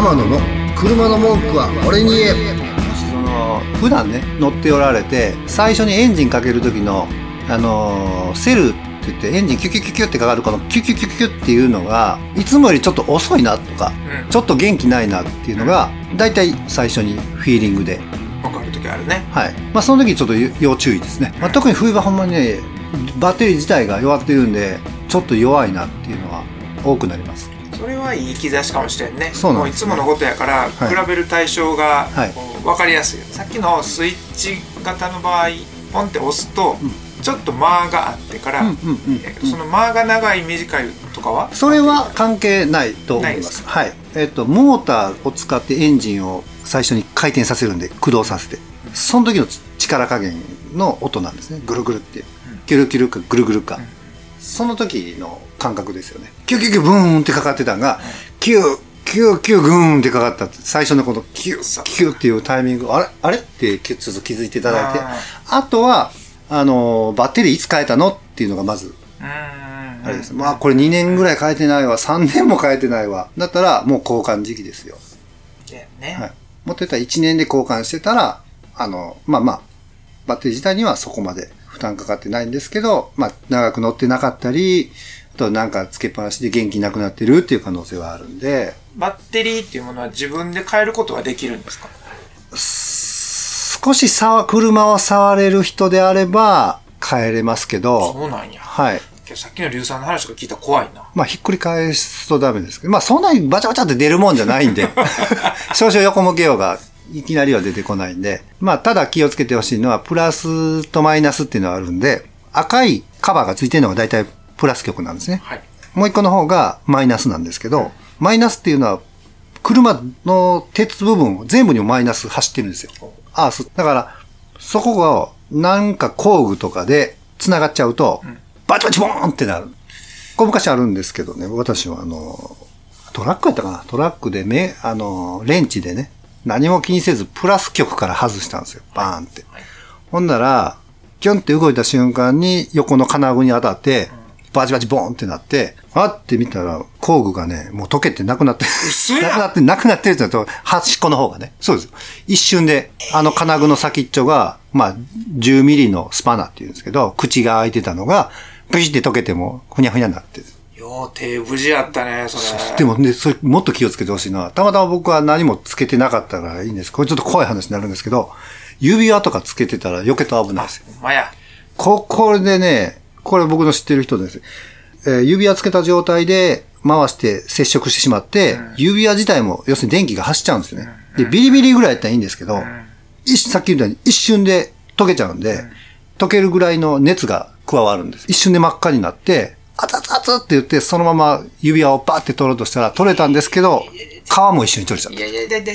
天野の車の文句は俺に言え。 もし普段ね乗っておられて最初にエンジンかける時のセルって言ってエンジンキュキュキュキュってかかるこのキュキュキュキュっていうのがいつもよりちょっと遅いなとか、ちょっと元気ないなっていうのがだいたい最初にフィーリングで分かる時あるね。 はい。その時ちょっと要注意ですね。特に冬場ほんまにねバッテリー自体が弱ってるんでちょっと弱いなっていうのは多くなります。 それはいい兆しかもしれんね。 そうなんですね。 もういつものことやから、比べる対象が分かりやすい。さっきのスイッチ型の場合ポンって押すと、ちょっと間があってから、その間が長い短いとかはそれは関係ないと思います。はい。モーターを使ってエンジンを最初に回転させるんで駆動させて、その時の力加減の音なんですね。ぐるぐるっていう、キュルキュルかぐるぐるか、その時の感覚ですよね。キュキュキュブーンってかかってたのが、キューキューキューグーンってかかったって、最初のこのキューキューっていうタイミング、あれってちょっと気づいていただいて、あとはバッテリーいつ変えたのっていうのがまずあれです。これ2年ぐらい変えてないわ、3年も変えてないわ、だったらもう交換時期ですよ。 ね。 はい。もっと言ったら1年で交換してたらバッテリー自体にはそこまで負担かかってないんですけど、長く乗ってなかったり、あとなんかつけっぱなしで元気なくなってるっていう可能性はあるんで。 バッテリーっていうものは自分で変えることはできるんですか？ 少し車を触れる人であれば変えれますけど。 そうなんや。 はい。 さっきの硫酸の話とか聞いたら怖いな。 ひっくり返すとダメですけど、そんなにバチャバチャって出るもんじゃないんで、少々横向けようが、いきなりは出てこないんで、ただ気をつけてほしいのは、プラスとマイナスっていうのがあるんで、赤いカバーがついてるのが大体プラス極なんですね。 はい。もう一個の方がマイナスなんですけど、マイナスっていうのは、車の鉄部分全部にもマイナス走ってるんですよ。アース。だから、そこがなんか工具とかで繋がっちゃうと、バチバチボーンってなる。これ昔あるんですけどね、私はトラックやったかな、トラックでレンチでね、何も気にせずプラス極から外したんですよ。バーンって。ほんなら、キュンって動いた瞬間に横の金具に当たって、バチバチボーンってなって、あって見たら工具がね、もう溶けてなくなってる。なくなってるって言うと、端っこの方がね。そうです。一瞬で、金具の先っちょが、10ミリのスパナっていうんですけど、口が開いてたのが、プシって溶けても、ふにゃふにゃになってる。 よう手無事やったね、それ。 でもね、それもっと気をつけてほしいのは、たまたま僕は何もつけてなかったからいいんです。これちょっと怖い話になるんですけど、指輪とかつけてたら余計と危ないですよ。これでね、これ僕の知ってる人です。指輪つけた状態で回して接触してしまって、指輪自体も要するに電気が走っちゃうんですよね。で、ビリビリぐらいやったらいいんですけど、さっき言ったように一瞬で溶けちゃうんで、溶けるぐらいの熱が加わるんです。一瞬で真っ赤になって、熱々って言って、そのまま指輪をバーって取ろうとしたら取れたんですけど、皮も一緒に取れちゃった。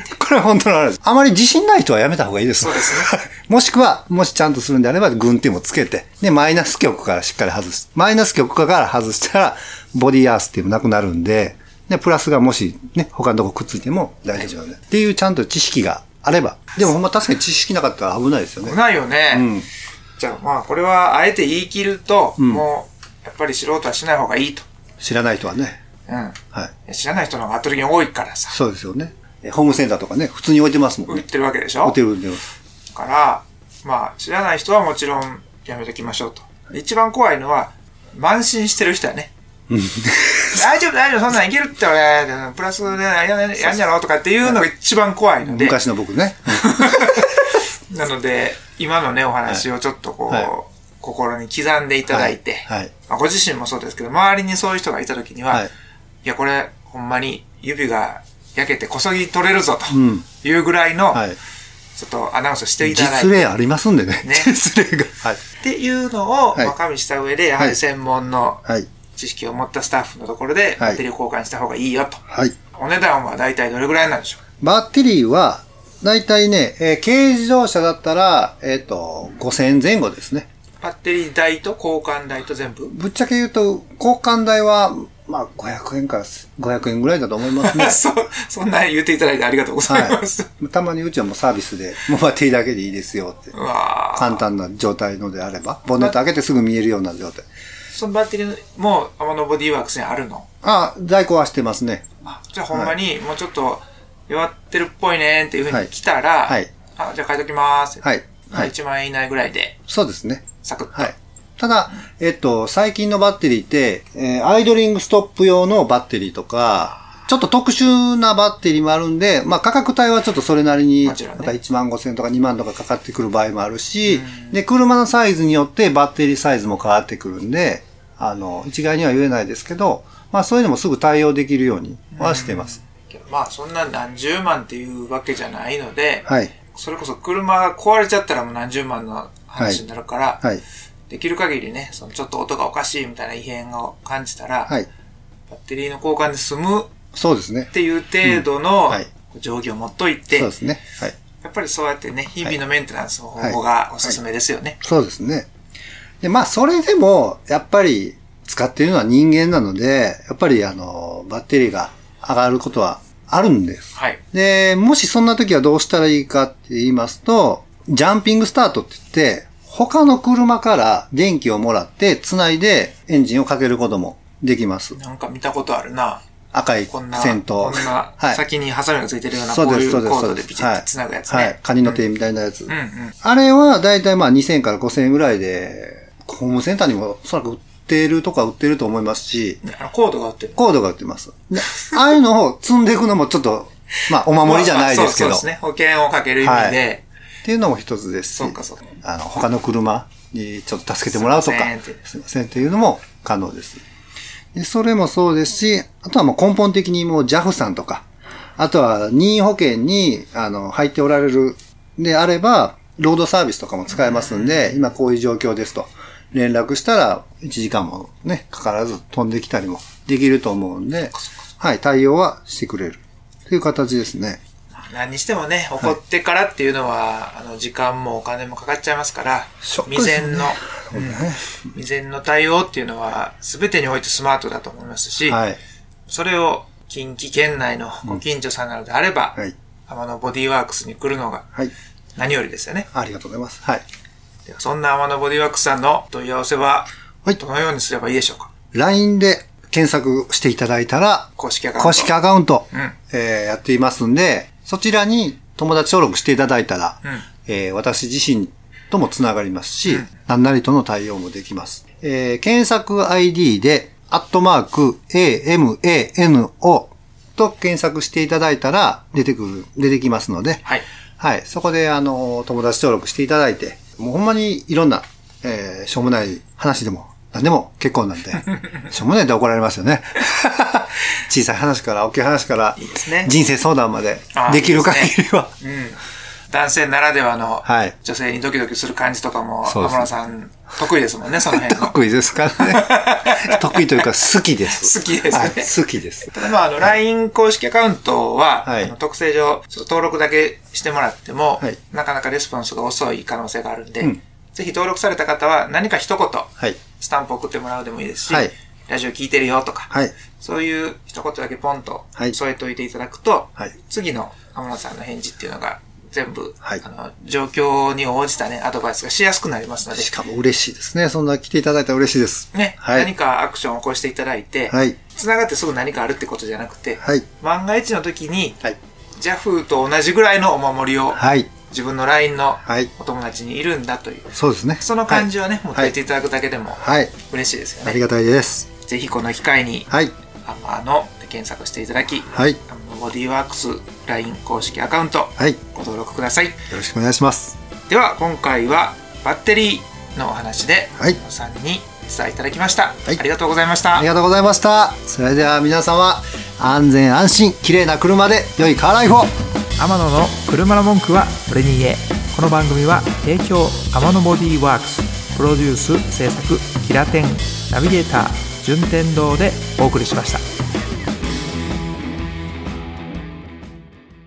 これは本当の話です。あまり自信ない人はやめた方がいいです。 そうですね。 もしくは、もしちゃんとするんであれば、軍手もつけて、で、マイナス極からしっかり外す。マイナス極から外したら、ボディアースっていうのなくなるんで、で、プラスがもしね、他のとこくっついても大丈夫なんで。っていうちゃんと知識があれば。でもほんま確かに知識なかったら危ないですよね。 危ないよね。じゃあこれはあえて言い切ると、もう、やっぱり素人はしない方がいいと。 知らない人はね。 はい。知らない人の方が圧倒的に多いからさ。 そうですよね。ホームセンターとかね、普通に置いてますもんね。 売ってるわけでしょ？ 売ってる。 から、知らない人はもちろんやめときましょうと。一番怖いのは、慢心してる人やね。大丈夫、そんなんいけるって俺、プラスでやんやろとかっていうのが一番怖いので。 昔の僕ね。 なので、今のね、お話をちょっと心に刻んでいただいて、ご自身もそうですけど、周りにそういう人がいたときには、いや、これ、ほんまに指が焼けてこそぎ取れるぞというぐらいの、ちょっとアナウンスしていただいて。 実例ありますんでね。実例が。 っていうのを加味した上で、やはり専門の知識を持ったスタッフのところで、バッテリーを交換した方がいいよと。お値段は大体どれぐらいなんでしょう？ バッテリーは、大体ね、軽自動車だったら、5000円前後ですね。 バッテリー代と交換代と全部？ ぶっちゃけ言うと、交換代は、500円から500円ぐらいだと思いますね。 そんな言っていただいてありがとうございます。 たまにうちはもうサービスで、もうバッテリーだけでいいですよって。簡単な状態のであれば、ボンネット開けてすぐ見えるような状態。 そのバッテリーも天野ボディーワークスにあるの？ 在庫はしてますね。 じゃあほんまにもうちょっと弱ってるっぽいねっていう風に来たら、 はい。 あ、じゃあ買いときまーす。 はい。はい。 1万円以内ぐらいで。 そうですね。 サクッと。 はい。ただ、最近のバッテリーって、アイドリングストップ用のバッテリーとか、ちょっと特殊なバッテリーもあるんで、まあ価格帯はちょっとそれなりに、また1万5千とか2万とかかかってくる場合もあるし、で、車のサイズによってバッテリーサイズも変わってくるんで、一概には言えないですけど、まあそういうのもすぐ対応できるようにはしてます。 まあそんな何十万っていうわけじゃないので、 はい。 それこそ車が壊れちゃったらもう何十万の話になるから、 はい。 できる限りね、ちょっと音がおかしいみたいな異変を感じたら、 はい。 バッテリーの交換で済むそうですね。 っていう程度の定規を持っといて、 そうですね。はい。 やっぱりそうやってね、日々のメンテナンスの方法がおすすめですよね。 そうですね。で、まあそれでも、やっぱり使っているのは人間なので、やっぱりバッテリーが上がることはあるんです。 はい。 で、もしそんな時はどうしたらいいかって言いますと、ジャンピングスタートって言って、他の車から電気をもらって繋いでエンジンをかけることもできます。 なんか見たことあるな。 赤い線と。 こんな、先にハサミがついてるような、 こういうコードでピチッと繋ぐやつね。 はい。カニの手みたいなやつ。あれはだいたいまあ2000円から5000円ぐらいで、ホームセンターにもおそらく売ってるとか売ってると思いますし。 コードが売ってる。 コードが売ってます。ああいうのを積んでいくのもちょっと、まあお守りじゃないですけど。 そうですね。保険をかける意味で。 っていうのも一つですし。 そうかそうか。 他の車にちょっと助けてもらうとか。すいませんっていうのも可能です。それもそうですし、あとはもう根本的にもう JAF さんとか、あとは任意保険に入っておられるであれば、ロードサービスとかも使えますんで、今こういう状況ですと連絡したら1時間もね、かからず飛んできたりもできると思うんで、はい、対応はしてくれるという形ですね。 何にしてもね、起こってからっていうのは、時間もお金もかかっちゃいますから、未然の対応っていうのは、すべてにおいてスマートだと思いますし、はい、それを近畿圏内のご近所さんなのであれば、天野ボディワークスに来るのが、何よりですよね。 ありがとうございます。はい。 でそんな天野ボディワークスさんの問い合わせは、どのようにすればいいでしょうか。 LINE で検索していただいたら、 公式アカウント、 やっていますんで、そちらに友達登録していただいたら、私自身ともつながりますし、何なりとの対応もできます。検索 ID で、@AMANO と検索していただいたら出てきますので、はい。そこで友達登録していただいて、もうほんまにいろんな、しょうもない話でも、何でも結構なんで、しょうもないで怒られますよね。小さい話から大きい話から、人生相談までできる限りは。 男性ならではの女性にドキドキする感じとかも、天野さん得意ですもんね、その辺の。 得意ですからね。得意というか好きです。 好きですね。 好きです。 ただLINE 公式アカウントは、特性上、登録だけしてもらっても、なかなかレスポンスが遅い可能性があるんで、ぜひ登録された方は何か一言、スタンプ送ってもらうでもいいですし、ラジオ聞いてるよとか、そういう一言だけポンと添えておいていただくと、次の天野さんの返事っていうのが全部、状況に応じたね、アドバイスがしやすくなりますので。 しかも嬉しいですね。そんな来ていただいたら嬉しいです。 ね。何かアクションを起こしていただいて、繋がってすぐ何かあるってことじゃなくて、万が一の時に、JAF と同じぐらいのお守りを、自分の LINE のお友達にいるんだという。 そうですね。 その感じをね、持っていていただくだけでも嬉しいですよね。 ありがたいです。 ぜひこの機会に、天野で検索していただき、天野ボディワークス LINE 公式アカウント、ご登録ください。よろしくお願いします。 では、今回はバッテリーのお話で、天野さんにお伝えいただきました。ありがとうございました。 ありがとうございました。それでは皆様、安全安心、綺麗な車で良いカーライフを。 天野の車の文句は俺に言え。この番組は提供天野ボディワークス、プロデュース制作キラテン、ナビゲーター順天堂でお送りしました。